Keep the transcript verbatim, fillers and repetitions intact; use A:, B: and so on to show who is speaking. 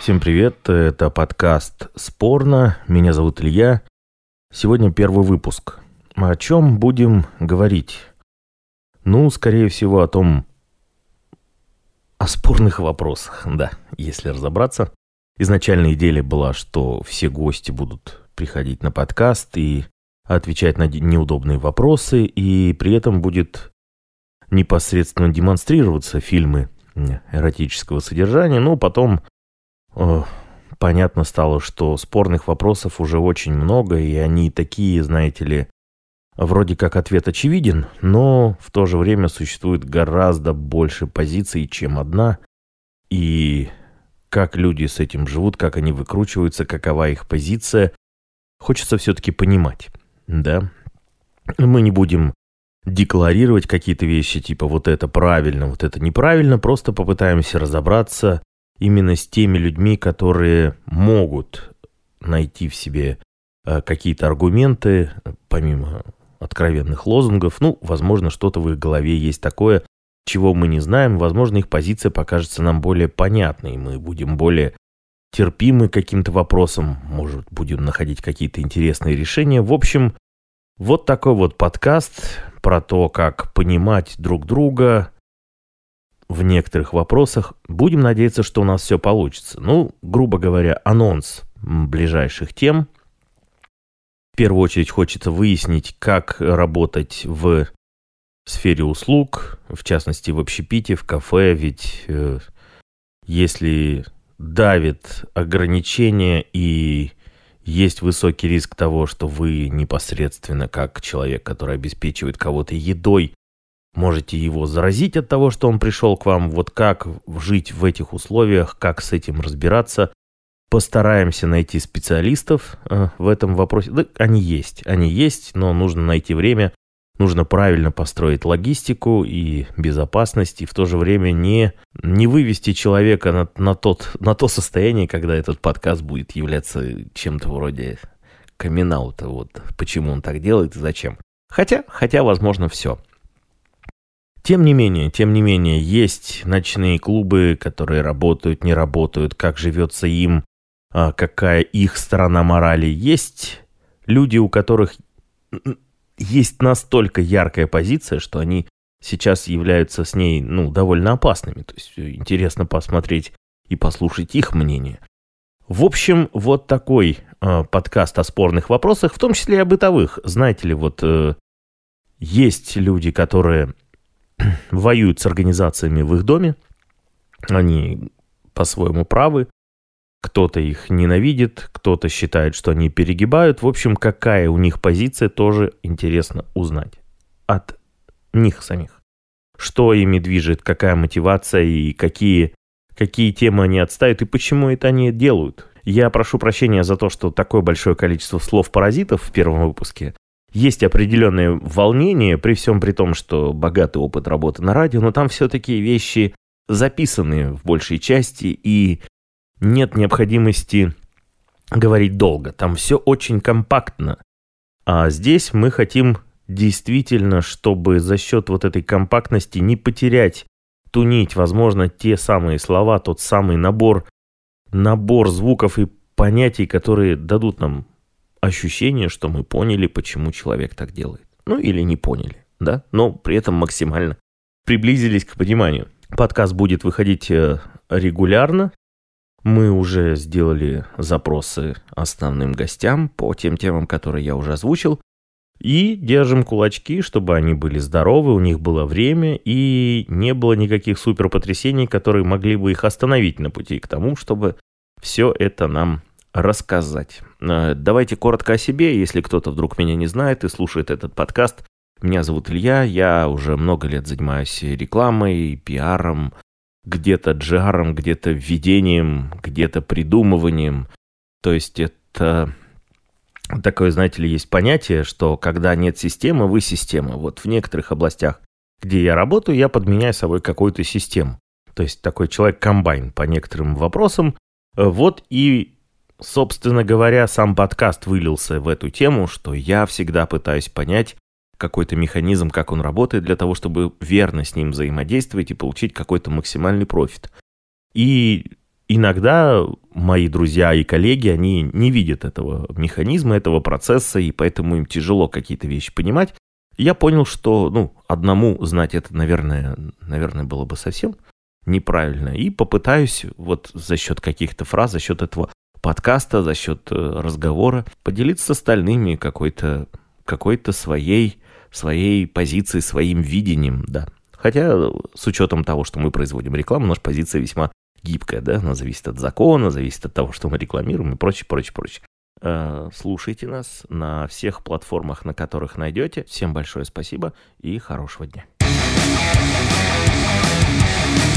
A: Всем привет, это подкаст «Спорно», меня зовут Илья. Сегодня первый выпуск. О чем будем говорить? Ну, скорее всего, о том, о спорных вопросах, да, если разобраться. Изначальная идея была, что все гости будут приходить на подкаст и отвечать на неудобные вопросы, и при этом будет непосредственно демонстрироваться фильмы эротического содержания, но потом э, понятно стало, что спорных вопросов уже очень много, и они такие, знаете ли, вроде как ответ очевиден, но в то же время существует гораздо больше позиций, чем одна, и как люди с этим живут, как они выкручиваются, какова их позиция, хочется все-таки понимать, да. Мы не будем декларировать какие-то вещи, типа вот это правильно, вот это неправильно, просто попытаемся разобраться именно с теми людьми, которые могут найти в себе э, какие-то аргументы, помимо откровенных лозунгов. Ну, возможно, что-то в их голове есть такое, чего мы не знаем, возможно, их позиция покажется нам более понятной, мы будем более терпимы к каким-то вопросам, может, будем находить какие-то интересные решения. В общем, вот такой вот подкаст про то, как понимать друг друга в некоторых вопросах. Будем надеяться, что у нас все получится. Ну, грубо говоря, анонс ближайших тем. В первую очередь хочется выяснить, как работать в сфере услуг, в частности в общепите, в кафе, ведь э, если давит ограничения и есть высокий риск того, что вы непосредственно, как человек, который обеспечивает кого-то едой, можете его заразить от того, что он пришел к вам. Вот как жить в этих условиях, как с этим разбираться. Постараемся найти специалистов э, в этом вопросе. Да, они есть, они есть, но нужно найти время, нужно правильно построить логистику и безопасность, и в то же время не, не вывести человека на, на, тот, на то состояние, когда этот подкаст будет являться чем-то вроде камин-аута. Вот почему он так делает и зачем. Хотя, хотя, возможно, все. Тем не менее, тем не менее, есть ночные клубы, которые работают, не работают, как живется им, какая их сторона морали. Есть люди, у которых есть настолько яркая позиция, что они сейчас являются с ней, ну, довольно опасными. То есть интересно посмотреть и послушать их мнение. В общем, вот такой э, подкаст о спорных вопросах, в том числе и о бытовых. Знаете ли, вот э, есть люди, которые воюют с организациями в их доме. Они по-своему правы. Кто-то их ненавидит, кто-то считает, что они перегибают. В общем, какая у них позиция, тоже интересно узнать от них самих. Что ими движет, какая мотивация и какие, какие темы они отстают и почему это они делают. Я прошу прощения за то, что такое большое количество слов-паразитов в первом выпуске. Есть определенное волнение, при всем при том, что богатый опыт работы на радио, но там все-таки вещи записаны в большей части, и нет необходимости говорить долго. Там все очень компактно. А здесь мы хотим действительно, чтобы за счет вот этой компактности не потерять ту нить, возможно, те самые слова, тот самый набор, набор звуков и понятий, которые дадут нам ощущение, что мы поняли, почему человек так делает. Ну, или не поняли, да? Но при этом максимально приблизились к пониманию. Подкаст будет выходить регулярно. Мы уже сделали запросы основным гостям по тем темам, которые я уже озвучил. И держим кулачки, чтобы они были здоровы, у них было время и не было никаких суперпотрясений, которые могли бы их остановить на пути к тому, чтобы все это нам рассказать. Давайте коротко о себе, если кто-то вдруг меня не знает и слушает этот подкаст. Меня зовут Илья, я уже много лет занимаюсь рекламой, пиаром, где-то джаром, где-то введением, где-то придумыванием. То есть это такое, знаете ли, есть понятие, что когда нет системы, вы система. Вот в некоторых областях, где я работаю, я подменяю собой какую-то систему. То есть такой человек-комбайн по некоторым вопросам. Вот и, собственно говоря, сам подкаст вылился в эту тему, что я всегда пытаюсь понять какой-то механизм, как он работает, для того, чтобы верно с ним взаимодействовать и получить какой-то максимальный профит. И иногда мои друзья и коллеги, они не видят этого механизма, этого процесса, и поэтому им тяжело какие-то вещи понимать. Я понял, что, ну, одному знать это, наверное, наверное, было бы совсем неправильно. И попытаюсь вот за счет каких-то фраз, за счет этого подкаста, за счет разговора поделиться с остальными какой-то, какой-то своей, своей позицией, своим видением, да. Хотя с учетом того, что мы производим рекламу, наша позиция весьма гибкая, да, она зависит от закона, зависит от того, что мы рекламируем и прочее, прочее, прочее. Слушайте нас на всех платформах, на которых найдете. Всем большое спасибо и хорошего дня.